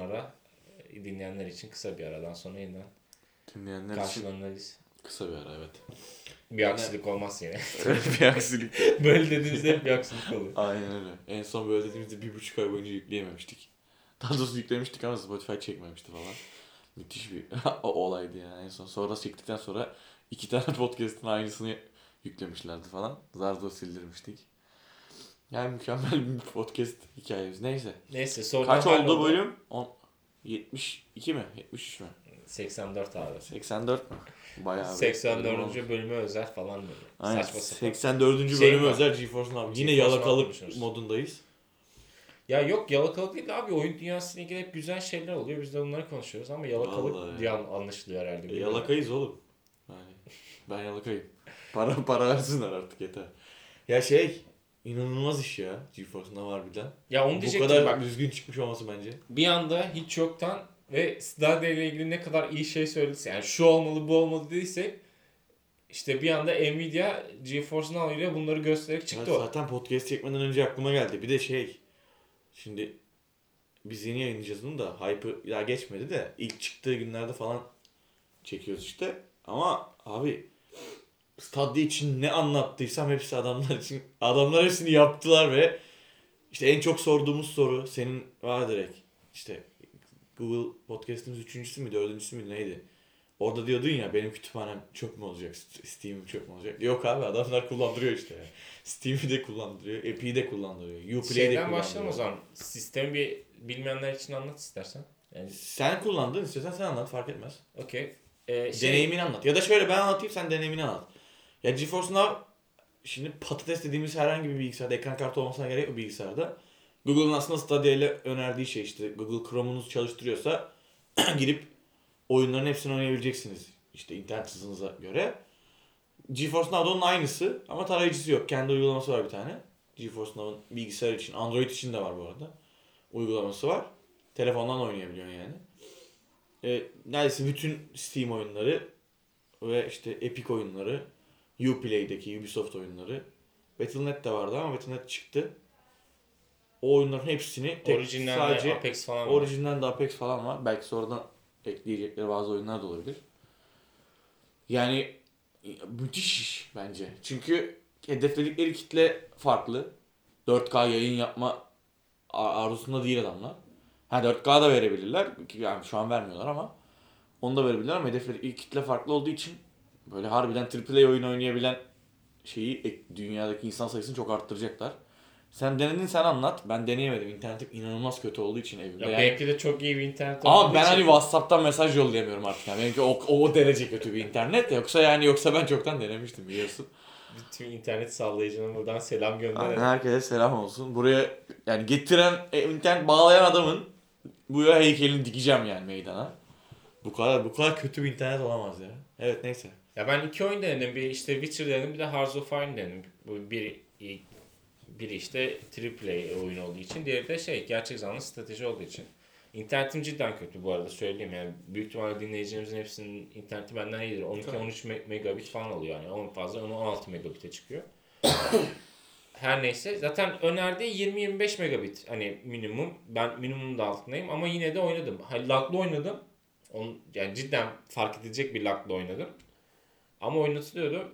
sonra dinleyenler için kısa bir aradan sonra yeniden Dinleyenler için karşılarındayız. kısa bir ara, evet. Bir aksilik olmaz yine. Bir aksilik. Böyle dediğinizde hep bir aksilik oluyor. Aynen öyle. En son böyle dediğimizde 1,5 ay boyunca yükleyememiştik. Daha doğrusu yüklemiştik ama Spotify çekmemişti falan. Müthiş bir olaydı yani en son. Sonra çektikten sonra 2 tane podcast'ın aynısını yüklemişlerdi falan. Zar zor sildirmiştik. Yani mükemmel bir podcast hikayemiz. Neyse sonra Kaç oldu bölüm? 72 mi? 73 mü? 84 abi. 84 mü? Bayağı bir 84. bölüme özel falan böyle. Aynen. Saçma sapan. 84. Şey bölümü var. özel GeForce'un abi. Yine GeForce yalakalık konuşuyoruz. modundayız. Ya yok yalakalık değil abi. Oyun dünyasıyla ilgili hep güzel şeyler oluyor. Biz de bunları konuşuyoruz ama yalakalık Vallahi diye anlaşılıyor herhalde. Yalakayız oğlum. Yani ben yalakayım. Para versinler artık yeter. Ya inanılmaz iş ya GeForce'un harbiden. Ya onu Bu diyecektim kadar bak. düzgün çıkmış olması bence. Bir anda hiç yoktan ve Stadia ile ilgili ne kadar iyi şey söylediyse yani şu olmalı bu olmalı dediyse işte bir anda Nvidia GeForce Now ile bunları göstererek çıktı Ya o. zaten podcast çekmeden önce aklıma geldi. Bir de şimdi biz yeni yayınlayacağız bunu da hype'ı ya geçmedi de ilk çıktığı günlerde falan çekiyoruz işte. Ama abi Stadia için ne anlattıysam hepsi adamlar için. Adamlar hepsini yaptılar ve işte en çok sorduğumuz soru senin var direkt. İşte Google Podcast'ımız 3.'sü mü 4.'sü mü neydi? Orada diyordun ya benim kütüphanem çöp mü olacak? Steam'im çöp mü olacak? Yok abi adamlar kullandırıyor işte. Steam'i de kullandırıyor. Epic'i de kullandırıyor. Uplay'i de Şeyden kullandırıyor. başlayalım o zaman. Sistemi bir bilmeyenler için anlat istersen. Yani, Sen kullandın istiyorsan sen anlat fark etmez. okey. Deneyimini anlat. Ya da şöyle ben anlatayım sen deneyimini anlat. Ya GeForce Now şimdi patates dediğimiz herhangi bir bilgisayarda ekran kartı olmasına gerek yok bilgisayarda. Google'ın aslında Stadia ile önerdiği şey işte Google Chrome'unuz çalıştırıyorsa girip oyunların hepsini oynayabileceksiniz. İşte internet hızınıza göre. GeForce Now'da onun aynısı ama tarayıcısı yok. Kendi uygulaması var bir tane. GeForce Now'ın bilgisayar için, Android için de var bu arada. Uygulaması var. Telefondan oynayabiliyorsun yani. Neredeyse bütün Steam oyunları ve işte Epic oyunları, Uplay'deki Ubisoft oyunları, Battle.net de vardı ama Battle.net çıktı. O oyunların hepsini Original'de sadece Apex falan var. orijinalde Apex falan var. Belki sonradan ekleyecekleri bazı oyunlar da olabilir. Yani müthiş iş bence. Çünkü hedefledikleri kitle farklı. 4K yayın yapma arzusunda değil adamlar. 4K da verebilirler. Yani şu an vermiyorlar ama onu da verebilirler ama hedefledikleri kitle farklı olduğu için böyle harbiden AAA oyun oynayabilen dünyadaki insan sayısını çok arttıracaklar. Sen denedin sen anlat. Ben deneyemedim. İnternetim inanılmaz kötü olduğu için evimde. Ya benimki de çok iyi bir internet Ama olduğu ben için- hani WhatsApp'tan mesaj yollayamıyorum artık. Yani benimki o derece kötü bir internet. Yoksa ben çoktan denemiştim biliyorsun. Bütün internet sallayıcına buradan selam Aynen, gönderelim. herkese selam olsun. Buraya yani getiren internet bağlayan adamın buraya heykelini dikeceğim yani meydana. Bu kadar kötü bir internet olamaz ya. Evet neyse. Ya ben 2 oyun denedim. Bir işte Witcher denedim, bir de Hearts of Iron denedim. Bu biri işte AAA oyun olduğu için, diğeri de gerçek zamanlı strateji olduğu için. İnternetim cidden kötü bu arada söyleyeyim yani. Büyük ihtimalle dinleyicilerimizin hepsinin interneti benden iyidir. 12-13 megabit falan oluyor yani. En fazla 16 megabit'e çıkıyor. Her neyse. Zaten önerdiği 20-25 megabit hani minimum. Ben minimum da altındayım ama yine de oynadım. Lag'lı oynadım. Yani cidden fark edilecek bir lag'lı oynadım. Ama oynatılıyordu.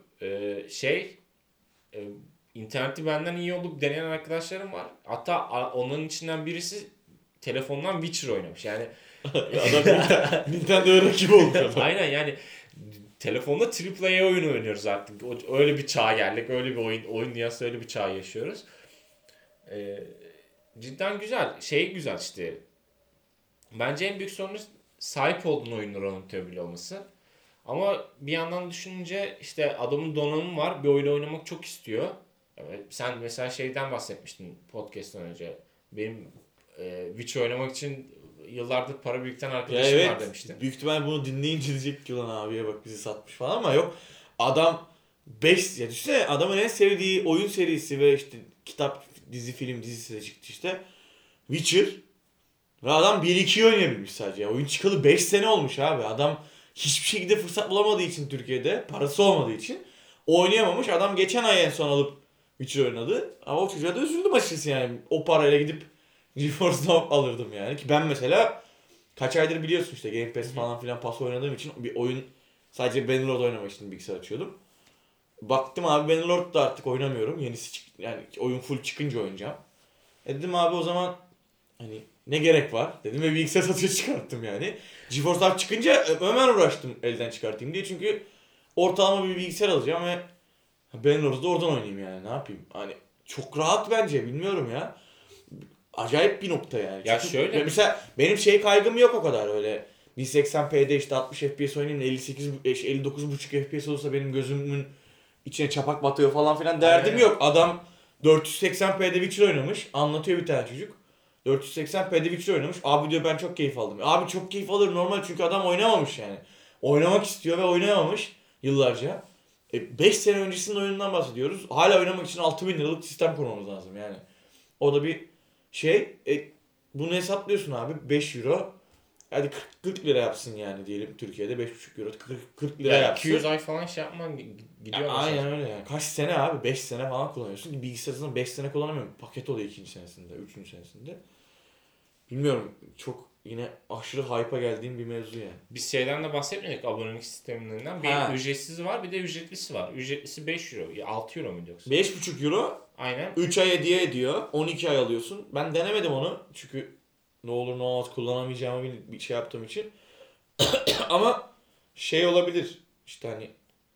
İnterneti benden iyi olup deneyen arkadaşlarım var. Hatta onların içinden birisi telefondan Witcher oynamış. Yani Adam Nintendo'ya rakip oldu adam. aynen yani telefonda AAA oyun oynuyoruz artık. Öyle bir çağa geldik. Öyle bir oyun dünyası öyle bir çağ yaşıyoruz. Cidden güzel. Güzel işte. Bence en büyük sorunu sahip olduğun oyunları oynatabiliyor olması. Ama bir yandan düşününce işte adamın donanımı var. Bir oyun oynamak çok istiyor. Sen mesela şeyden bahsetmiştin podcast'tan önce. Benim Witcher oynamak için yıllardır para biriktiren arkadaşım var demiştin. Büyük ihtimal bunu dinleyince diyecek ki lan abiye bak bizi satmış falan ama yok. Adam 5 ya düşünsene adamın en sevdiği oyun serisi ve işte kitap, dizi, film dizisi de çıktı işte. Witcher. Ve adam 1-2 oynayabilmiş sadece. Oyun çıkalı 5 sene olmuş abi. Adam hiçbir şekilde fırsat bulamadığı için Türkiye'de, parası olmadığı için oynayamamış. Adam geçen ay en son alıp Witcher oynadı. Ama o çocuğa da üzüldüm açıkçası yani. O parayla gidip GeForce Now alırdım yani. Ki ben mesela kaç aydır biliyorsun işte Game Pass falan filan pas oynadığım için bir oyun sadece Bannerlord oynamak için bilgisayar açıyordum. Baktım abi Bannerlord da artık oynamıyorum. Yenisi yani oyun full çıkınca oynayacağım. Dedim abi o zaman hani ne gerek var dedim ve bilgisayar satışa çıkarttım yani. GeForce Now çıkınca hemen uğraştım elden çıkartayım diye çünkü ortalama bir bilgisayar alacağım ve Bannerlord'u da oradan oynayayım yani ne yapayım. Hani çok rahat bence bilmiyorum ya. Acayip bir nokta yani. Ya Çünkü şöyle. mesela benim şey kaygım yok o kadar öyle. 1080p'de işte 60 FPS oynayayım da 59,5 FPS olursa benim gözümün içine çapak batıyor falan filan derdim Aynen. yok. Adam 480p'de Witcher oynamış. Anlatıyor bir tane çocuk. 480p'de Witcher oynamış. Abi diyor ben çok keyif aldım. Abi çok keyif alır normal çünkü adam oynamamış yani. Oynamak istiyor ve oynayamamış yıllarca. 5 sene öncesinin oyunundan bahsediyoruz. Hala oynamak için 6.000 liralık sistem kurmamız lazım yani. O da bir şey. Bunu hesaplıyorsun abi. 5 euro. Hadi 40 lira yapsın yani diyelim Türkiye'de 5,5 euro 40 lira Ya yapsın. 200 ay falan şey yapman gidiyor Ya, mesela. aynen öyle yani. Kaç sene abi? 5 sene falan kullanıyorsun. Bilgisayarını 5 sene kullanamıyorum. Paket oluyor ikinci senesinde, üçüncü senesinde. Bilmiyorum. Çok yine aşırı hype'a geldiğim bir mevzu yani. Biz şeyden de bahsetmedik, abonelik sistemlerinden. Bir Ha. ücretsiz var, bir de ücretlisi var. Ücretlisi 5 euro. Ya 6 euro muydu yoksa? 5,5 euro Aynen. 3 ay hediye ediyor. 12 ay alıyorsun. Ben denemedim onu. Çünkü ne olur ne olmaz kullanamayacağımı bir şey yaptığım için. Ama şey olabilir. İşte hani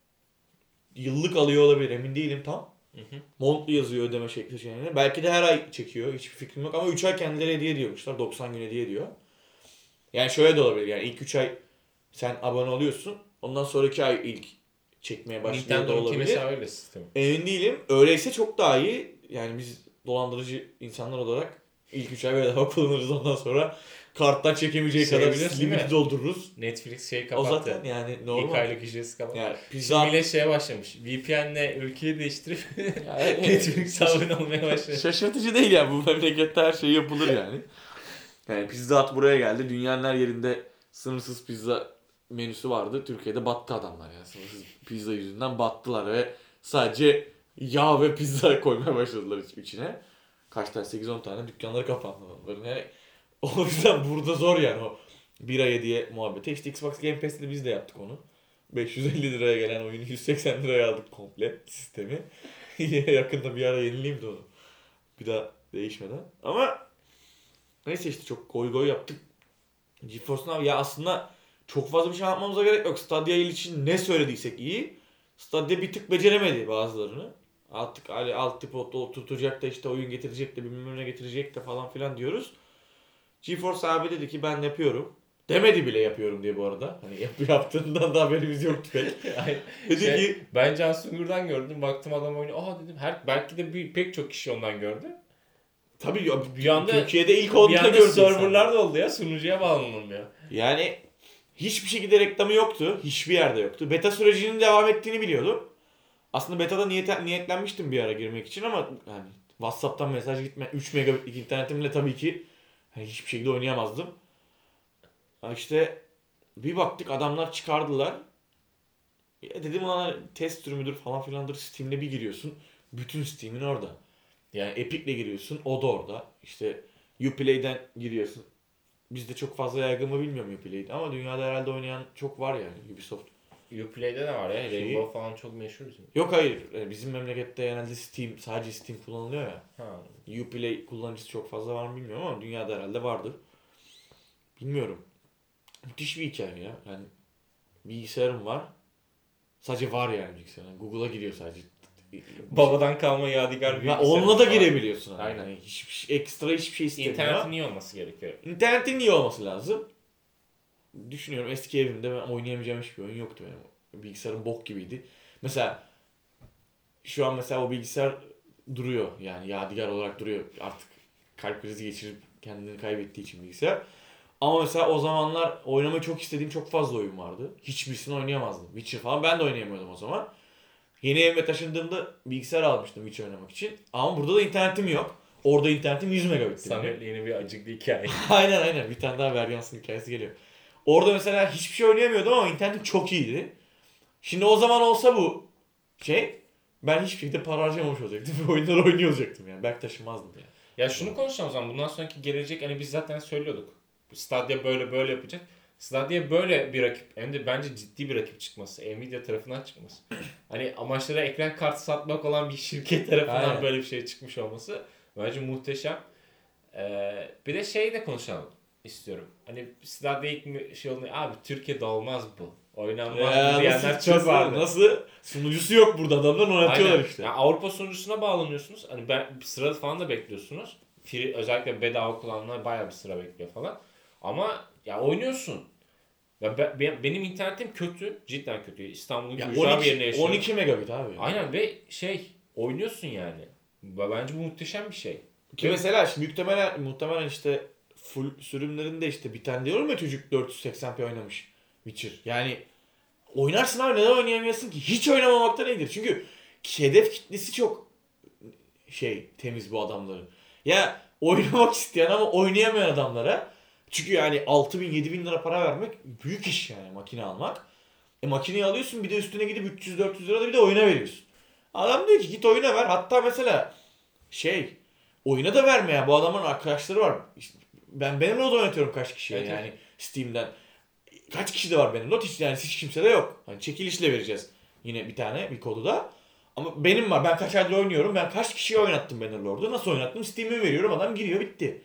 yıllık alıyor olabilir. Emin değilim tam. Hı hı. Montlu yazıyor ödeme şekli şeyini. Belki de her ay çekiyor. Hiçbir fikrim yok. Ama 3 ay kendileri hediye ediyormuşlar. 90 gün hediye ediyor. Yani şöyle de olabilir. Yani ilk 3 ay sen abone oluyorsun. Ondan sonraki ay ilk çekmeye başlıyor da Nintendo'nunki olabilir. mesela öyle sistem. Emin değilim. Öyleyse çok daha iyi. Yani biz dolandırıcı insanlar olarak ilk 3 ay bedava kullanırız. Ondan sonra karttan çekemeyeceği Şey kadar biliyorsun değil limiti mi? doldururuz. Netflix şeyi O kapattı. zaten yani İlk normal. aylık ücretsiz kapattı. Yani Şimdi pizza... millet şeye başlamış. VPN'le ülkeyi değiştirip Yani- Netflix'e abone olmaya başladı. Şaşırtıcı değil yani bu memlekette her şey yapılır yani. Yani Pizza Hut buraya geldi. Dünyanın her yerinde sınırsız pizza menüsü vardı. Türkiye'de battı adamlar yani. Sınırsız pizza yüzünden battılar ve sadece yağ ve pizza koymaya başladılar içine. Kaç tane 8-10 tane dükkanları kapandı onların. Yani o yüzden burada zor yani o bir ay hediye muhabbeti. İşte Xbox Game Pass'te de biz de yaptık onu. 550 liraya gelen oyunu 180 liraya aldık komple sistemi. Yine yakında bir ara yenileyim de onu. Bir daha değişmeden. Ama neyse işte çok goy goy yaptık. GeForce Now ya aslında çok fazla bir şey yapmamıza gerek yok. Stadia için ne söylediysek iyi. Stadia bir tık beceremedi bazılarını. Artık hani altyapı oturtacak da işte oyun getirecek de bilmem ne getirecek de falan filan diyoruz. GeForce abi dedi ki ben yapıyorum. Demedi bile yapıyorum diye bu arada. Hani yaptığından da haberimiz yoktu pek. Dedi ki Ben Can Sungur'dan gördüm. Baktım adam oynuyor. Dedim belki de pek çok kişi ondan gördü. tabii ya, Bir anda Türkiye'de ilk bir onda anda gördük. serverlar da oldu ya. Sunucuya bağlanılmıyor. Yani hiçbir şekilde reklamı yoktu. Hiçbir yerde yoktu. Beta sürecinin devam ettiğini biliyordum. Aslında beta'da niyetlenmiştim bir ara girmek için ama yani WhatsApp'tan mesaj gitme 3 megabitlik internetimle tabii ki hani hiçbir şekilde oynayamazdım. İşte bir baktık adamlar çıkardılar. Dedim ona test sürümüdür falan filandır. Steam'le bir giriyorsun. Bütün Steam'in orada. Yani Epic'le giriyorsun. O da orada. İşte Uplay'den giriyorsun. Bizde çok fazla yaygın mı bilmiyorum Uplay'de ama dünyada herhalde oynayan çok var yani Ubisoft. Uplay'de de var ya. Şeyi- Rainbow falan çok meşhur bizim. Yok hayır. Bizim memlekette genelde Steam, sadece Steam kullanılıyor ya. Ha. Uplay kullanıcısı çok fazla var mı bilmiyorum ama dünyada herhalde vardır. Bilmiyorum. Müthiş bir hikaye ya. Yani bilgisayarım var. Sadece var yani bilgisayarım. Google'a giriyor sadece. Babadan kalma yadigar bir Ya bilgisayar onunla da falan. girebiliyorsun. Hani. Aynen. Yani ekstra hiçbir şey istemiyor. İnternetin iyi olması gerekiyor. İnternetin iyi olması lazım. Düşünüyorum eski evimde ben oynayamayacağım hiçbir oyun yoktu benim. Bilgisayarım bok gibiydi. Mesela şu an mesela o bilgisayar duruyor. Yani yadigar olarak duruyor. Artık kalp krizi geçirip kendini kaybettiği için bilgisayar. Ama mesela o zamanlar oynamayı çok istediğim çok fazla oyun vardı. Hiçbirisini oynayamazdım. Witcher falan ben de oynayamıyordum o zaman. Yeni evime taşındığımda bilgisayar almıştım Witcher oynamak için. Ama burada da internetim yok. Orada internetim 100 megabit. Samet'le yeni bir acıklı hikaye. Aynen. Bir tane daha Veryans'ın hikayesi geliyor. Orada mesela hiçbir şey oynayamıyordum ama internetim çok iyiydi. Şimdi o zaman olsa bu şey ben hiçbir şekilde para harcamamış olacaktım ve oyunları oynuyor olacaktım yani. Belki taşımazdım yani. Ya şunu konuşalım o zaman. Bundan sonraki gelecek hani biz zaten söylüyorduk. Stadia böyle yapacak. Stadia böyle bir rakip, hem de bence ciddi bir rakip çıkması. Nvidia tarafından çıkması. Hani amaçları ekran kartı satmak olan bir şirket tarafından Aynen. böyle bir şey çıkmış olması bence muhteşem. Bir de şey de konuşalım istiyorum. Hani Stadia ilk şey oldu. Abi Türkiye'de olmaz bu. Oynanmaz bu diyenler çok vardı. Nasıl? Sunucusu yok burada, adamlar oynatıyorlar Aynen. işte. Yani Avrupa sunucusuna bağlanıyorsunuz. Hani bir sıra falan da bekliyorsunuz. Özellikle bedava kullananlar bayağı bir sıra bekliyor falan. Ama ya oynuyorsun. Benim internetim kötü. Cidden kötü. İstanbul'un Ya ücra bir yerine yaşıyorum. 12 megabit abi. Aynen ve oynuyorsun yani. Bence bu muhteşem bir şey. Ki mesela şimdi muhtemelen işte full sürümlerinde işte bir tane diyorum ya, çocuk 480p oynamış Witcher. Yani oynarsın abi, neden oynayamıyorsun ki? Hiç oynamamaktan iyidir. Çünkü hedef kitlesi çok temiz bu adamların. Ya oynamak isteyen ama oynayamayan adamlara, çünkü yani 6.000 7.000 lira para vermek büyük iş yani, makine almak. Makineyi alıyorsun, bir de üstüne gidip 300-400 lira da bir de oyuna veriyorsun. Adam diyor ki git oyuna ver. Hatta mesela oyuna da vermeyen bu adamın arkadaşları var. İşte benimle de oynatıyorum kaç kişiye Evet, yani evet. Steam'den. Kaç kişi de var benimle. Hiç kimse de yok. Hani çekilişle vereceğiz yine bir kodu da. Ama benim var. Ben kaç aydır oynuyorum. Ben kaç kişiye oynattım Bannerlord'u. Nasıl oynattım? Steam'e veriyorum. Adam giriyor, bitti.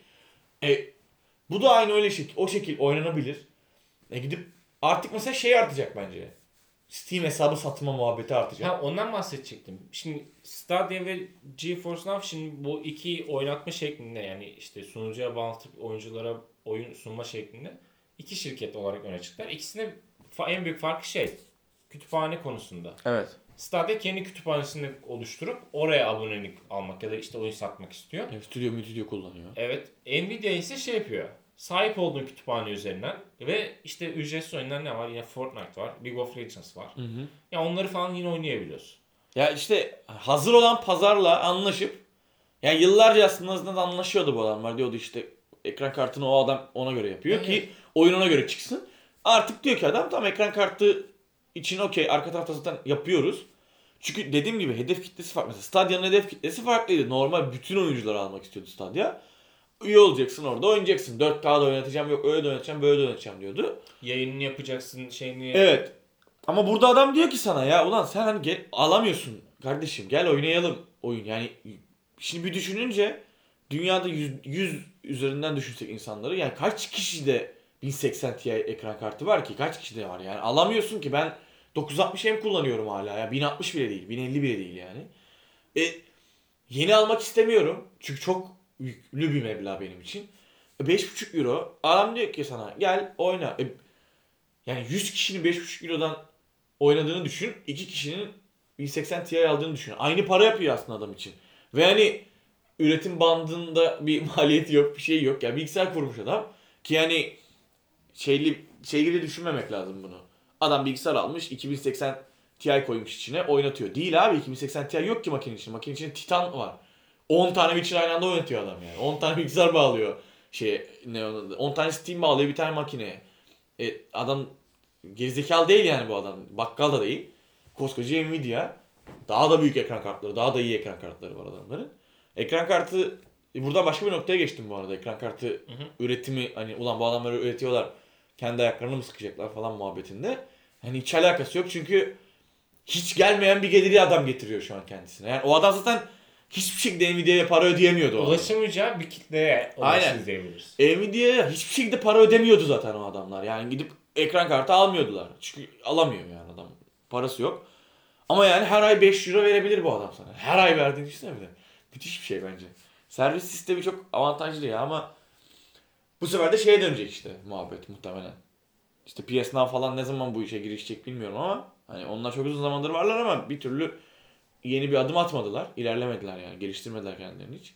Bu da aynı öyle o şekil oynanabilir. Gidip artık mesela artacak bence. Steam hesabı satma muhabbeti artacak. Ha, ondan bahsedecektim. Şimdi Stadia ve GeForce Now şimdi bu iki oynatma şeklinde, yani işte sunucuya bağlantıp oyunculara oyun sunma şeklinde iki şirket olarak öne çıktılar. İkisinin en büyük farkı kütüphane konusunda. Evet. Stadia kendi kütüphanesini oluşturup oraya abonelik almak ya da işte oyun satmak istiyor. Stüdyo kullanıyor. Evet. Nvidia ise yapıyor. Sahip olduğun kütüphane üzerinden ve işte ücretsiz oyunlar ne var? Yine Fortnite var. League of Legends var. Hı hı. Ya onları falan yine oynayabiliyorsun. Ya işte hazır olan pazarla anlaşıp, yani yıllarca aslında anlaşıyordu bu adamlar. Diyordu işte ekran kartını o adam ona göre yapıyor Evet. ki oyun ona göre çıksın. Artık diyor ki adam tamam, ekran kartı için okey, arka tarafta zaten yapıyoruz. Çünkü dediğim gibi hedef kitlesi farklı. Mesela Stadia'nın hedef kitlesi farklıydı. Normal bütün oyuncuları almak istiyordu Stadia. Üye olacaksın, orada oynayacaksın. 4K'da oynatacağım, yok öyle de oynatacağım, böyle de oynatacağım diyordu. Yayınını yapacaksın, şeyini... Evet. Ama burada adam diyor ki sana, ya ulan sen hani alamıyorsun kardeşim, gel oynayalım oyun. Yani şimdi bir düşününce dünyada 100 üzerinden düşünsek insanları, yani kaç kişide 1080 Ti ekran kartı var ki, kaç kişide var yani, alamıyorsun ki. Ben 960M kullanıyorum hala ya, 1060 bile değil, 1050 bile değil yani. Yeni almak istemiyorum çünkü çok yüklü bir meblağ benim için. 5,5 euro, adam diyor ki sana gel oyna. Yani 100 kişinin 5,5 eurodan oynadığını düşün. 2 kişinin 1080 Ti aldığını düşün. Aynı para yapıyor aslında adam için. Ve hani üretim bandında bir maliyeti yok, bir şey yok. Yani bilgisayar kurmuş adam. Ki yani şeyli düşünmemek lazım bunu. Adam bilgisayar almış, 2080 Ti koymuş içine, oynatıyor. Değil abi, 2080 Ti yok ki makinenin içinde. Makinenin içinde Titan var. 10 tane Witcher aynı anda oynatıyor adam yani. 10 tane bilgisayar bağlıyor. 10 tane Steam bağlıyor bir tane makineye. Adam gerizekalı değil yani bu adam. Bakkal da değil. Koskoca Nvidia. Daha da büyük ekran kartları, daha da iyi ekran kartları var adamların. Ekran kartı, burada başka bir noktaya geçtim bu arada. Ekran kartı üretimi, hani ulan bu adamları üretiyorlar, kendi ayaklarını mı sıkacaklar falan muhabbetinde. Hani hiç alakası yok çünkü hiç gelmeyen bir geliri adam getiriyor şu an kendisine. Yani o adam zaten hiçbir şekilde Nvidia'ya para ödeyemiyordu o adam. Ulaşamayacağı bir kitleye Aynen. diyebiliriz. Nvidia'ya hiçbir şekilde para ödemiyordu zaten o adamlar. Yani gidip ekran kartı almıyordular. Çünkü alamıyor yani adam. Parası yok. Ama yani her ay 5 euro verebilir bu adam sana. Her ay verdiğini düşünsene bir de. Müthiş bir şey bence. Servis sistemi çok avantajlı ya, ama bu sefer de şeye dönecek işte muhabbet muhtemelen. İşte PS Now falan ne zaman bu işe girişecek bilmiyorum ama hani onlar çok uzun zamandır varlar ama bir türlü yeni bir adım atmadılar. İlerlemediler yani. Geliştirmediler kendilerini hiç.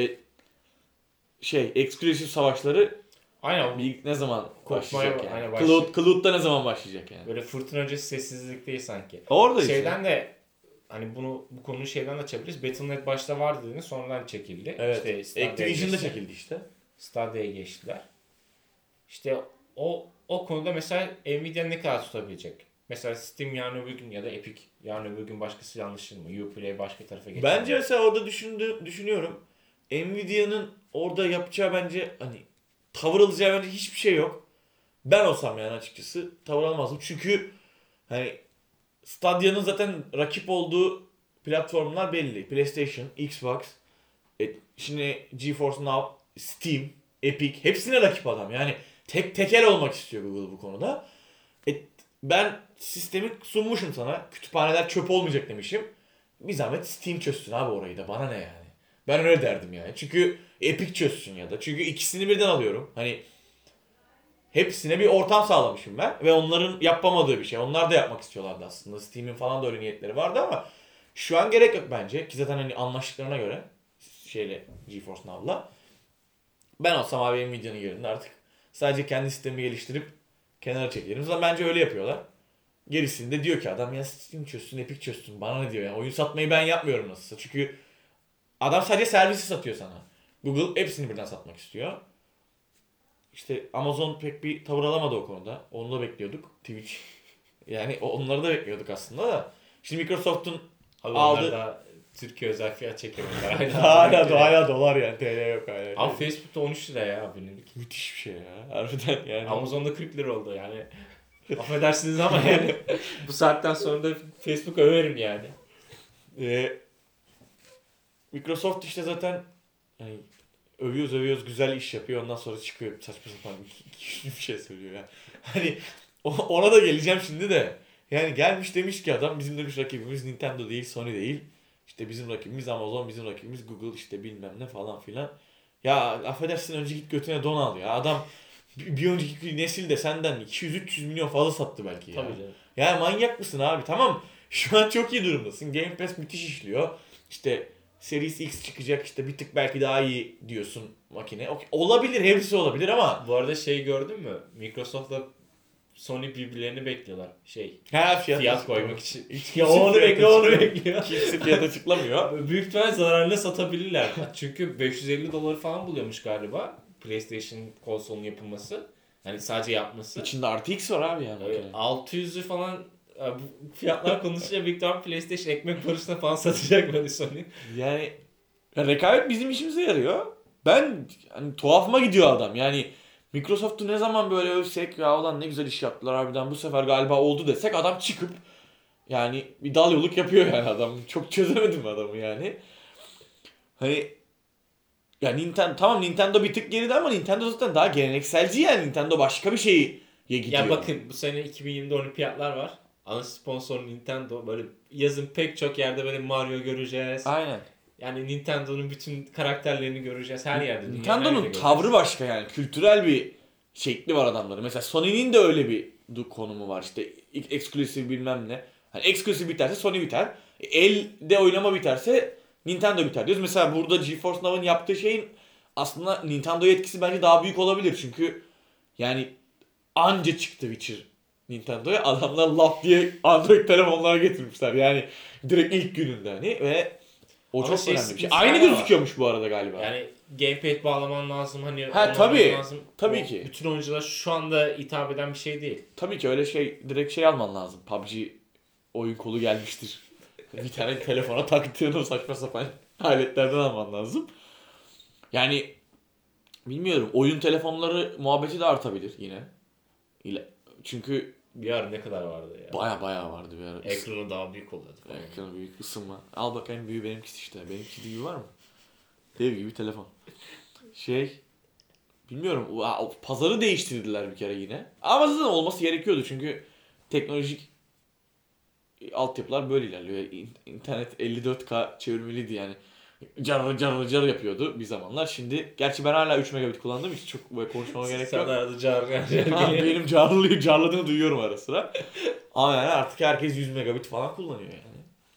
Eksklusif savaşları Aynen. ne zaman başlayacak yani? Aynen başlayacak. Cloud'da ne zaman başlayacak yani? Böyle fırtına öncesi sessizlik değil sanki. Orada işte. Şeyden de hani bu konuyu şeyden de açabiliriz. Battle.net başta vardı dediğinde sonradan çekildi. Evet. İşte Activision'da çekildi işte. Stadia'ya geçtiler. İşte o konuda mesela Nvidia ne kadar tutabilecek? Mesela Steam yarın öbür gün ya da Epic yarın öbür gün başkası yanlışır mı? Uplay başka tarafa geçer mi? Bence mesela orada düşünüyorum. Nvidia'nın orada yapacağı bence hani tavır alacağı bence hiçbir şey yok. Ben olsam yani açıkçası tavır almazdım. Çünkü hani Stadia'nın zaten rakip olduğu platformlar belli. PlayStation, Xbox, şimdi GeForce Now, Steam, Epic hepsine rakip adam. Yani tekel olmak istiyor Google bu konuda. Ben sistemi sunmuşum sana. Kütüphaneler çöp olmayacak demişim. Bir zahmet Steam çözsün abi orayı da. Bana ne yani. Ben öyle derdim yani. Çünkü Epic çözsün ya da. Çünkü ikisini birden alıyorum. Hani hepsine bir ortam sağlamışım ben. Ve onların yapamadığı bir şey. Onlar da yapmak istiyorlardı aslında. Steam'in falan da öyle niyetleri vardı ama şu an gerek yok bence. Ki zaten hani anlaştıklarına göre GeForce Now'la. Ben olsam abi Nvidia'nın yerinde artık sadece kendi sistemi geliştirip kenara çekelim. Zaten bence öyle yapıyorlar. Gerisini de diyor ki adam ya Steam çözsün, Epic çözsün. Bana ne diyor yani. Oyun satmayı ben yapmıyorum nasılsa. Çünkü adam sadece servisi satıyor sana. Google hepsini birden satmak istiyor. İşte Amazon pek bir tavır alamadı o konuda. Onu da bekliyorduk. Twitch. Yani onları da bekliyorduk aslında da. Şimdi Microsoft'un Abi aldı. onlar da Türkiye özel fiyat çekemiyorlar. hala dolar yani. TL yok hala. Abi Facebook'ta 13 lira ya abonelik. Müthiş bir şey ya. Harbiden yani. Amazon'da 40 lira oldu yani. Affedersiniz ama yani bu saatten sonra da Facebook överim yani. Microsoft işte zaten yani övüyoruz güzel iş yapıyor ondan sonra çıkıyor saçma sapan bir şey söylüyor ya. Hani ona da geleceğim şimdi de. Yani gelmiş demiş ki adam bizim demiş rakibimiz Nintendo değil Sony değil. İşte bizim rakibimiz Amazon bizim rakibimiz Google işte bilmem ne falan filan. Ya affedersin önce git götüne don al ya. Adam bir önceki nesil de senden 200-300 milyon fazla sattı belki ya. Tabii canım. Ya manyak mısın abi? Tamam şu an çok iyi durumdasın. Game Pass müthiş işliyor. İşte Series X çıkacak işte bir tık belki daha iyi diyorsun makine. Olabilir hepsi olabilir ama. Bu arada şey gördün mü? Microsoft'la Sony birbirlerini bekliyorlar. Fiyat koymak için. Ya onu bekliyor. Kimse fiyat açıklamıyor. Büyük ihtimal zararına satabilirler. Çünkü 550 doları falan buluyormuş galiba PlayStation konsolunun yapılması. Yani sadece yapması. İçinde RTX var abi yani. 600'ü falan bu fiyatlar konuşunca büyük ihtimal PlayStation ekmek parasına falan satacak böyle Sony. Yani rekabet bizim işimize yarıyor. Ben hani tuhafıma gidiyor adam. Yani Microsoft'u ne zaman böyle övsek ya ulan ne güzel iş yaptılar harbiden bu sefer galiba oldu desek adam çıkıp yani bir dal yoluk yapıyor yani adam. Çok çözemedim adamı yani. Hani ya Nintendo bir tık geride ama Nintendo zaten daha gelenekselci yani. Nintendo başka bir şeye gidiyor. Ya bakın bu sene 2020'de olimpiyatlar var. Ana sponsor Nintendo. Böyle yazın pek çok yerde böyle Mario göreceğiz. Aynen. Yani Nintendo'nun bütün karakterlerini göreceğiz her yerde. Nintendo'nun tavrı başka yani. Kültürel bir şekli var adamların. Mesela Sony'nin de öyle bir konumu var. İşte eksklusif bilmem ne. Hani eksklusif biterse Sony biter. Elde oynama biterse Nintendo biter diyoruz. Mesela burada GeForce Now'ın yaptığı şeyin aslında Nintendo'ya etkisi bence daha büyük olabilir. Çünkü yani anca çıktı Witcher Nintendo'ya. Adamlar laf diye Android telefonlara getirmişler. Yani direkt ilk gününde hani ve o ama çok önemli bir şey. sıkıntısı Aynı var. gözüküyormuş bu arada galiba. Yani gamepad bağlaman lazım hani. Tabii. Lazım. Tabii ki. Bütün oyuncular şu anda hitap eden bir şey değil. Tabii ki öyle direkt alman lazım. PUBG oyun kolu gelmiştir. Bir tane telefona taktığın saçma sapan aletlerden alman lazım. Yani bilmiyorum oyun telefonları muhabbeti de artabilir yine. Çünkü Bir ara ne kadar vardı ya. Baya vardı bir ara. Ekranı daha büyük oluyordu falan. Ekranı büyük ısınma. Al bakayım büyüğü benimkisi işte. Benimki gibi var mı? Dev gibi telefon. Bilmiyorum. Pazarı değiştirdiler bir kere yine. Ama zaten olması gerekiyordu çünkü teknolojik altyapılar böyle ilerliyor. İnternet 54K çevirmeliydi yani. Car yapıyordu bir zamanlar. Şimdi gerçi ben hala 3 megabit kullandığım için çok böyle konuşmama gerek yok. Sen arada car. Benim carladığını duyuyorum ara sıra. Ama yani artık herkes 100 megabit falan kullanıyor yani.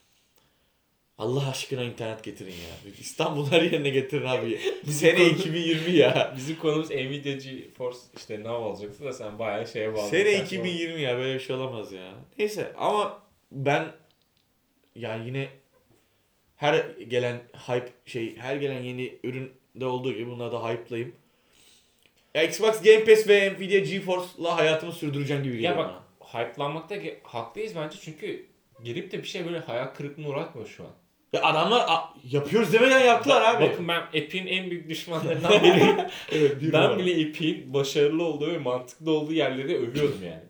Allah aşkına internet getirin ya. İstanbul her yerine getirin abi. Sene 2020 ya. Bizim konumuz Nvidia GeForce işte ne olacaktı da sen bayağı şeye bağladın. Sene 2020 ya böyle bir şey olamaz ya. Neyse ama ben yani yine her gelen her gelen yeni üründe olduğu gibi bunları da hype'layayım. Xbox Game Pass ve Nvidia GeForce'la hayatımı sürdüreceğim gibi geliyor bak, bana. hype'lanmakta haklıyız bence çünkü girip de bir şey böyle hayal kırıklığına uğratmıyor şu an. Ya adamlar yapıyoruz demeden yaptılar abi. Bakın ben Epic'in en büyük düşmanlarından biriyim. Evet, Ben bile Epic'in başarılı olduğu ve mantıklı olduğu yerleri övüyorum yani.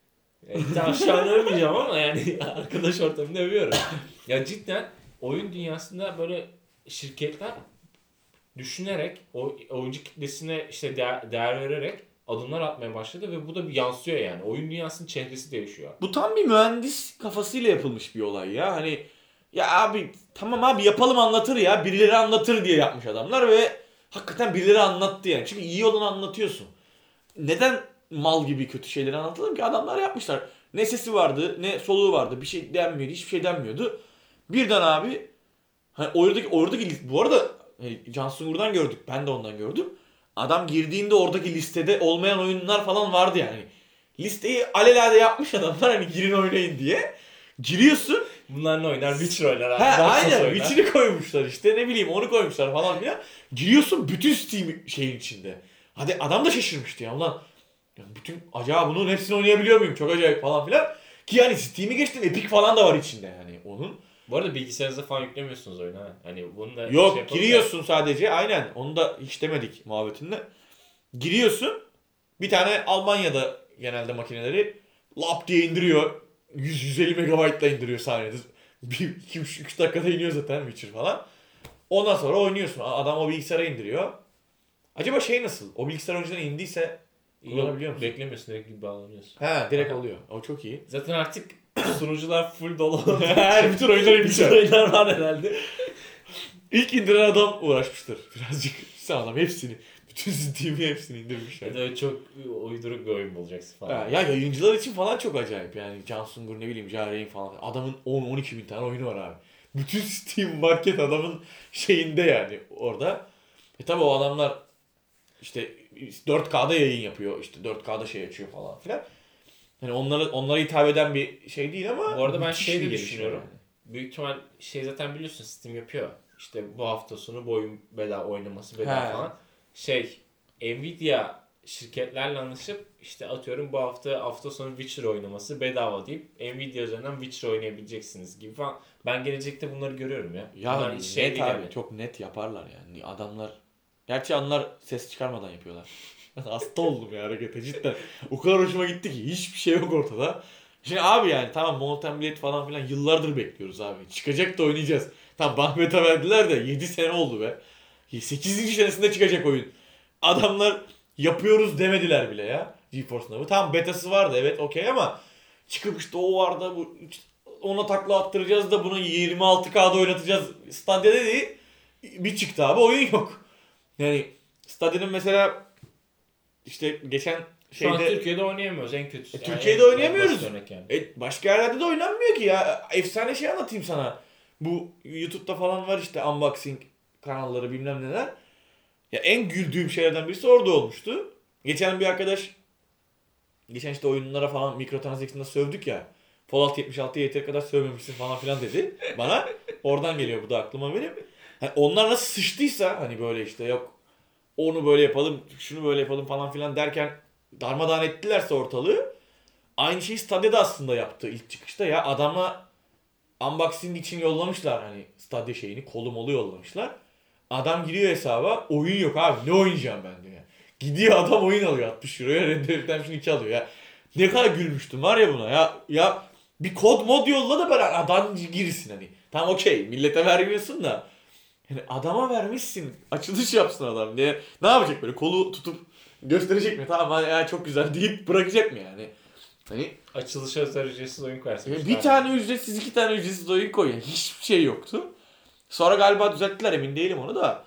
Tamam şu an övmeyeceğim ama yani arkadaş ortamında övüyorum. Ya cidden oyun dünyasında böyle şirketler düşünerek, oyuncu kitlesine işte değer vererek adımlar atmaya başladı ve bu da bir yansıyor yani. Oyun dünyasının çehresi değişiyor. Bu tam bir mühendis kafasıyla yapılmış bir olay ya. Hani ya abi tamam abi yapalım anlatır ya. Birileri anlatır diye yapmış adamlar ve hakikaten birileri anlattı yani. Çünkü iyi olanı anlatıyorsun. Neden mal gibi kötü şeyleri anlatalım ki? Adamlar yapmışlar. Ne sesi vardı, ne soluğu vardı. Bir şey denmiyordu, hiçbir şey denmiyordu. Birden abi hani oradaki bu arada Can Sungur'dan gördük. Ben de ondan gördüm. Adam girdiğinde oradaki listede olmayan oyunlar falan vardı yani. Listeyi alelade yapmış adamlar hani girin oynayın diye. Giriyorsun. Bunlar ne oynar? Witcher oynar abi. Aynen. Witcher'ı koymuşlar işte. Ne bileyim onu koymuşlar falan filan. Giriyorsun bütün Steam şeyin içinde. Hadi adam da şaşırmıştı ya. Ulan ya bütün acaba bunun hepsini oynayabiliyor muyum? Çok acayip falan filan. Ki yani Steam'i geçtim. Epic falan da var içinde yani onun. Bu arada bilgisayarınıza falan yüklemiyorsunuz oyunu ha. Hani bunu da Yok giriyorsun sadece. Aynen. Onu da hiç demedik muhabbetinde. Giriyorsun. Bir tane Almanya'da genelde makineleri lap diye indiriyor. 100-150 megabaytla indiriyor saniyede. 2-3 dakikada iniyor zaten Witcher falan. Ondan sonra oynuyorsun. Adam o bilgisayara indiriyor. Acaba şey nasıl? O bilgisayar önceden indiyse kullanabiliyor musun? Beklemiyorsun, direkt gibi bağlanıyorsun. He direkt oluyor. O çok iyi. Zaten artık sunucular full dolu. Her bütün oyunları Bütün inmişler. oyunlar var herhalde. İlk indiren adam uğraşmıştır birazcık. Sen adam hepsini. Bütün Steam'i hepsini indirmişler. Ya da öyle çok uyduruk bir oyun bulacaksın falan. Ya yayıncılar için falan çok acayip yani. Can Sungur ne bileyim Jahreyn falan. Adamın 10-12 bin tane oyunu var abi. Bütün Steam market adamın şeyinde yani orada. Tabi o adamlar işte 4K'da yayın yapıyor. İşte 4K'da şey açıyor falan filan. Hani onlara hitap eden bir şey değil ama Bu arada ben müthiş şey bir de gelişme düşünüyorum. yani. Büyük ihtimal şey zaten biliyorsun Steam yapıyor. İşte bu hafta sonu bu oyun bedava oynaması bedava He. falan. Nvidia şirketlerle anlaşıp işte atıyorum bu hafta sonu Witcher oynaması bedava deyip Nvidia üzerinden Witcher oynayabileceksiniz gibi falan. Ben gelecekte bunları görüyorum ya. Ya Bunlar net değil abi yani. çok net yaparlar yani adamlar. Gerçi onlar ses çıkarmadan yapıyorlar. Hasta oldum ya harekete cidden. O kadar hoşuma gitti ki hiçbir şey yok ortada. Şimdi abi yani tamam Mountain Blade falan filan yıllardır bekliyoruz abi. Çıkacak da oynayacağız. Tamam Bahmet'e verdiler de 7 sene oldu be. 8. senesinde çıkacak oyun. Adamlar yapıyoruz demediler bile ya. GeForce Now'ı. Tamam betası vardı evet okey ama çıkıp işte o vardı bu ona takla attıracağız da bunu 26K'da oynatacağız. Stadia dedi bir çıktı abi oyun yok. Yani Stadia'nın mesela işte geçen Şu an şeyde Türkiye'de oynayamıyoruz en kötüsü. Türkiye'de en oynayamıyoruz. basit örnek yani. Başka yerlerde de oynanmıyor ki ya. Efsane şey anlatayım sana. Bu YouTube'da falan var işte unboxing kanalları bilmem neler. Ya en güldüğüm şeylerden birisi orada olmuştu. Geçen bir arkadaş geçen işte oyunlara falan mikrotransaction'da sövdük ya. Fallout 76'ya yeteri kadar sövmemişsin falan filan dedi bana. Oradan geliyor bu da aklıma benim. Hani onlar nasıl sıçtıysa hani böyle işte yok onu böyle yapalım, şunu böyle yapalım falan filan derken darmadağın ettilerse ortalığı. Aynı şeyi Stadia'da aslında yaptı ilk çıkışta ya. Adama unboxing için yollamışlar hani Stadia şeyini, kolu molu yollamışlar. Adam giriyor hesaba, oyun yok abi. Ne oynayacağım ben diyor. Gidiyor adam oyun alıyor 60 euroya. Red Dead Redemption 2 alıyor ya. Ne kadar gülmüştüm var ya buna ya. Ya bir kod mod yolla da böyle adam girsin hani. Tamam okey millete vermiyorsun da. Yani adama vermişsin. Açılış yapsın adam. Ne yapacak böyle kolu tutup gösterecek mi? Tamam ya çok güzel deyip bırakacak mı yani? Hani Açılışa özel ücretsiz oyun koyarsın. bir tane ücretsiz, 2 tane ücretsiz oyun koy. Yani hiçbir şey yoktu. Sonra galiba düzelttiler emin değilim onu da.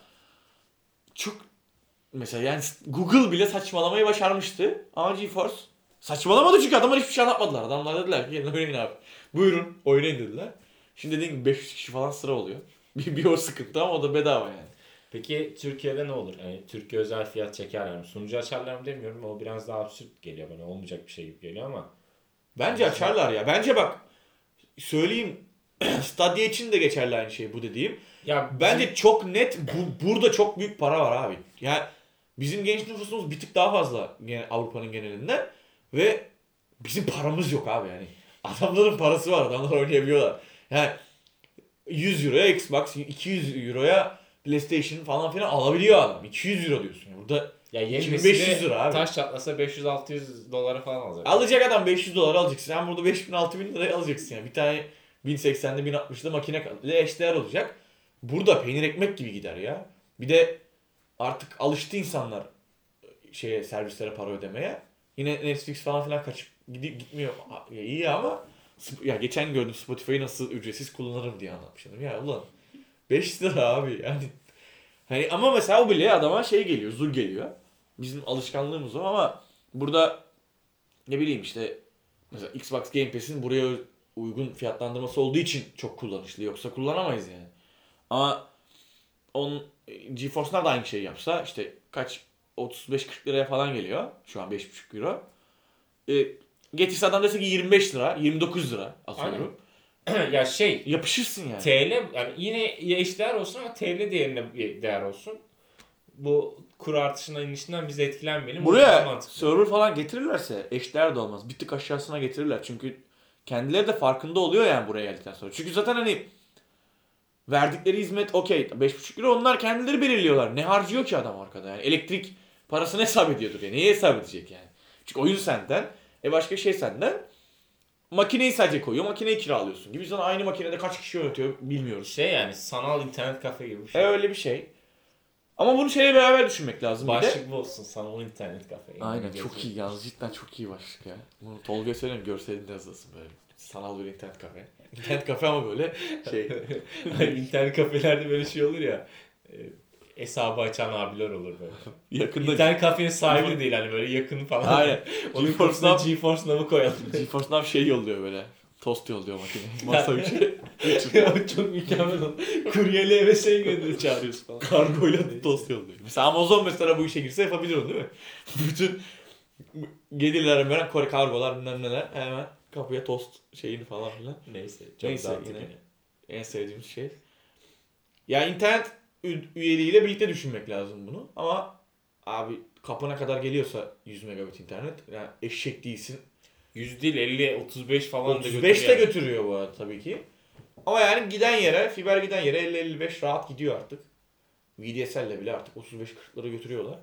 Çok mesela yani Google bile saçmalamayı başarmıştı. Ama GeForce saçmalamadı çünkü adamlar hiçbir şey anlatmadılar. Adamlar dediler ki gelin oynayın abi. Buyurun oynayın dediler. Şimdi dediğim gibi 500 kişi falan sıra oluyor. Bir o sıkıntı ama o da bedava yani. Peki Türkiye'de ne olur? Yani Türkiye özel fiyat çekerler mi? Sunucu açarlar mı demiyorum. O biraz daha absürt geliyor bana. Olmayacak bir şey gibi geliyor ama. Bence açarlar ya. Bence bak söyleyeyim Stadia için de geçerli aynı şey bu dediğim. Ya Bence çok net burada çok büyük para var abi. Yani bizim genç nüfusumuz bir tık daha fazla Avrupa'nın genelinden ve bizim paramız yok abi yani. Adamların parası var. Adamlar oynayabiliyorlar. Yani 100 euroya Xbox, 200 euroya PlayStation falan filan alabiliyor adam. 200 euro diyorsun. Burada Ya 2500 lira abi. Taş çatlasa 500-600 dolara falan alacak. Alacak adam 500 dolar alacaksın. Sen burada 5000-6000 liraya alacaksın yani. Bir tane 1080'de 1060'da makine ile eşdeğer olacak. Burada peynir ekmek gibi gider ya. Bir de artık alıştı insanlar servislere para ödemeye. Yine Netflix falan filan kaçıp gitmiyor. Ya iyi ama ya geçen gördüm Spotify'ı nasıl ücretsiz kullanırım diye anlatmışlar. Ya ulan 5 lira abi yani. Hani ama mesela o bile adama geliyor, zul geliyor. Bizim alışkanlığımız o ama burada ne bileyim işte mesela Xbox Game Pass'in buraya uygun fiyatlandırması olduğu için çok kullanışlı. Yoksa kullanamayız yani. Ama GeForce'lar da aynı şeyi yapsa işte kaç 35-40 liraya falan geliyor. Şu an 5,5 euro. Getirse adam dese ki 25 lira, 29 lira atıyorum. Ya yapışırsın yani. TL yani yine eşdeğer olsun ama TL değerine değer olsun. Bu kur artışından inişinden biz etkilenmeyelim. Buraya server falan getirirlerse eşdeğer de olmaz. Bir tık aşağısına getirirler. Çünkü kendileri de farkında oluyor yani buraya geldikten sonra. Çünkü zaten hani verdikleri hizmet okey 5,5 euro onlar kendileri belirliyorlar. Ne harcıyor ki adam arkada yani. Elektrik parasını hesap ediyordur ya. Neye hesap edecek yani. Çünkü oyun senden. Başka şey senden. Makineyi sadece koyuyor. Makineyi kiralıyorsun gibi. Sana aynı makinede kaç kişi yönetiyor bilmiyoruz. Yani sanal internet kafe gibi bir şey. Öyle bir şey. Ama bunu beraber düşünmek lazım. Başlık bu olsun. Sanal internet kafe. Aynen çok iyi yalnız cidden çok iyi başlık ya. Bunu Tolga'ya söyleyeyim görselinde yazılsın böyle. Sanal bir internet kafe. İnternet kafe ama böyle internet kafelerde böyle şey olur ya. Hesabı açan abiler olur böyle. Yakında İnternet kafenin sahibi de değil hani böyle yakın falan. Aynen. Onun kursuna GeForce Now'ı koyalım. GeForce Now yolluyor böyle. Tost yolluyor makineye. Masa bir şey. Çok mükemmel oldu. Kuryeli eve gönderiyor çağırıyorsun falan. Kargoyla tost yolluyor. Mesela Amazon mesela bu işe girse yapabilir onu değil mi? Bütün gelirler veren Kore kargolar bilmem neler hemen kapıya tost falan filan. Neyse. Neyse yine en sevdiğimiz şey. Ya internet üyeliğiyle birlikte düşünmek lazım bunu. Ama abi kapına kadar geliyorsa 100 megabit internet yani eşek değilsin. 100 değil 50 35 falan 35 de götürüyor bu arada tabii ki. Ama yani fiber giden yere 50-55 rahat gidiyor artık. VDSL'le bile artık 35-40'lara götürüyorlar.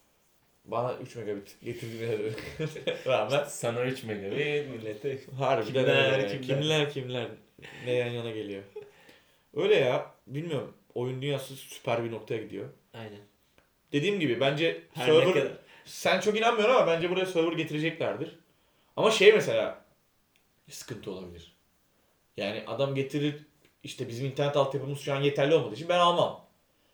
Bana 3 megabit getirdiğine rağmen. Sana 3 megabit millete. Harbiden kimler ne yan yana geliyor. Öyle ya bilmiyorum. Oyun dünyası süper bir noktaya gidiyor. Aynen. Dediğim gibi bence server sen çok inanmıyorsun ama bence buraya server getireceklerdir. Ama mesela sıkıntı olabilir. Yani adam getirir işte bizim internet altyapımız şu an yeterli olmadığı için ben almam.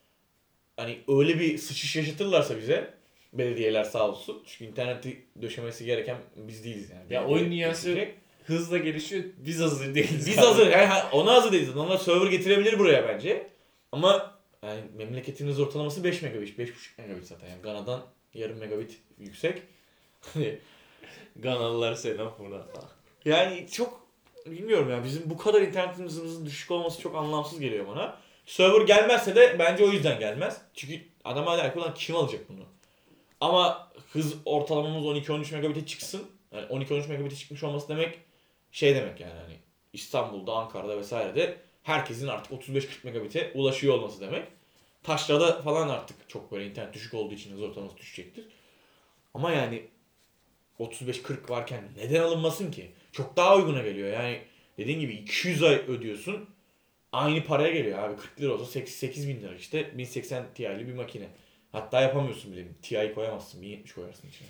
Hani öyle bir sıçış yaşatırlarsa bize belediyeler sağ olsun. Çünkü interneti döşemesi gereken biz değiliz yani. Ya oyun dünyası hızla gelişiyor. Biz hazır değiliz. Biz hazır. Yani ona hazır değiliz. Onlar server getirebilir buraya bence. Ama yani memleketimiz ortalaması 5 megabit. 5,5 megabit zaten. Yani Gana'dan yarım megabit yüksek. Ganalılar selam buna. Yani çok bilmiyorum ya. Bizim bu kadar internet hızımızın düşük olması çok anlamsız geliyor bana. Server gelmezse de bence o yüzden gelmez. Çünkü adam hala ulan kim alacak bunu? Ama hız ortalamamız 12-13 megabit'e çıksın. Yani 12-13 megabit'e çıkmış olması demek demek yani hani İstanbul'da, Ankara'da vesairede herkesin artık 35-40 megabit'e ulaşıyor olması demek. Taşra'da falan artık çok böyle internet düşük olduğu için hız ortalaması düşecektir. Ama yani 35-40 varken neden alınmasın ki? Çok daha uyguna geliyor. Yani dediğin gibi 200 ay ödüyorsun. Aynı paraya geliyor abi. 40 lira olsa 88 bin lira işte. 1080 Ti'li bir makine. Hatta yapamıyorsun bile. Ti'yi koyamazsın. 1070 koyarsın içine.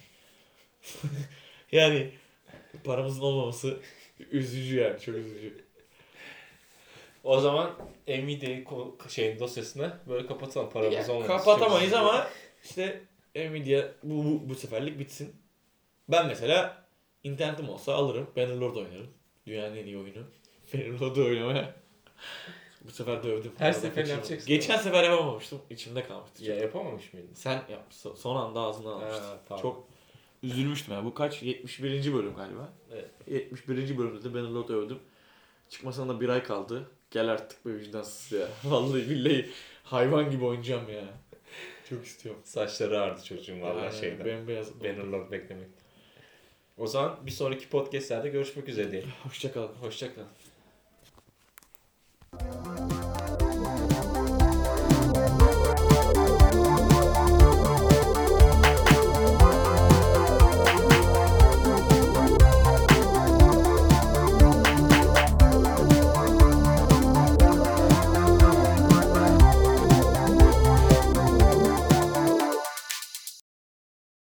Yani paramızın olmaması üzücü yani. Çok üzücü. O zaman Nvidia dosyasını böyle kapatalım. Paramız olmadı. Kapatamayız ama işte Nvidia bu seferlik bitsin. Ben mesela internetim olsa alırım. Bannerlord oynarım. Dünyanın en iyi oyunu. Bannerlord'u oynamaya. Bu sefer dövdüm. Her seferinde yapacaksın. Geçen sefer yapamamıştım. İçimde kalmıştı. Ya yapamamış mıydın? Sen yapmışsın. Son anda ağzından almıştın. Tamam. Çok üzülmüştüm ya. Bu kaç? 71. bölüm galiba. Evet. 71. bölümde de Bannerlord övdüm. Çıkmasına da bir ay kaldı. Gel artık be vicdansız ya. Vallahi billahi hayvan gibi oynayacağım ya. Çok istiyorum. Saçları ağrıdı çocuğum vallahi şeyden. Bembeyaz. Bannerlord beklemek. O zaman bir sonraki podcastlerde görüşmek üzere diyelim. Hoşça kalın. Hoşça kalın.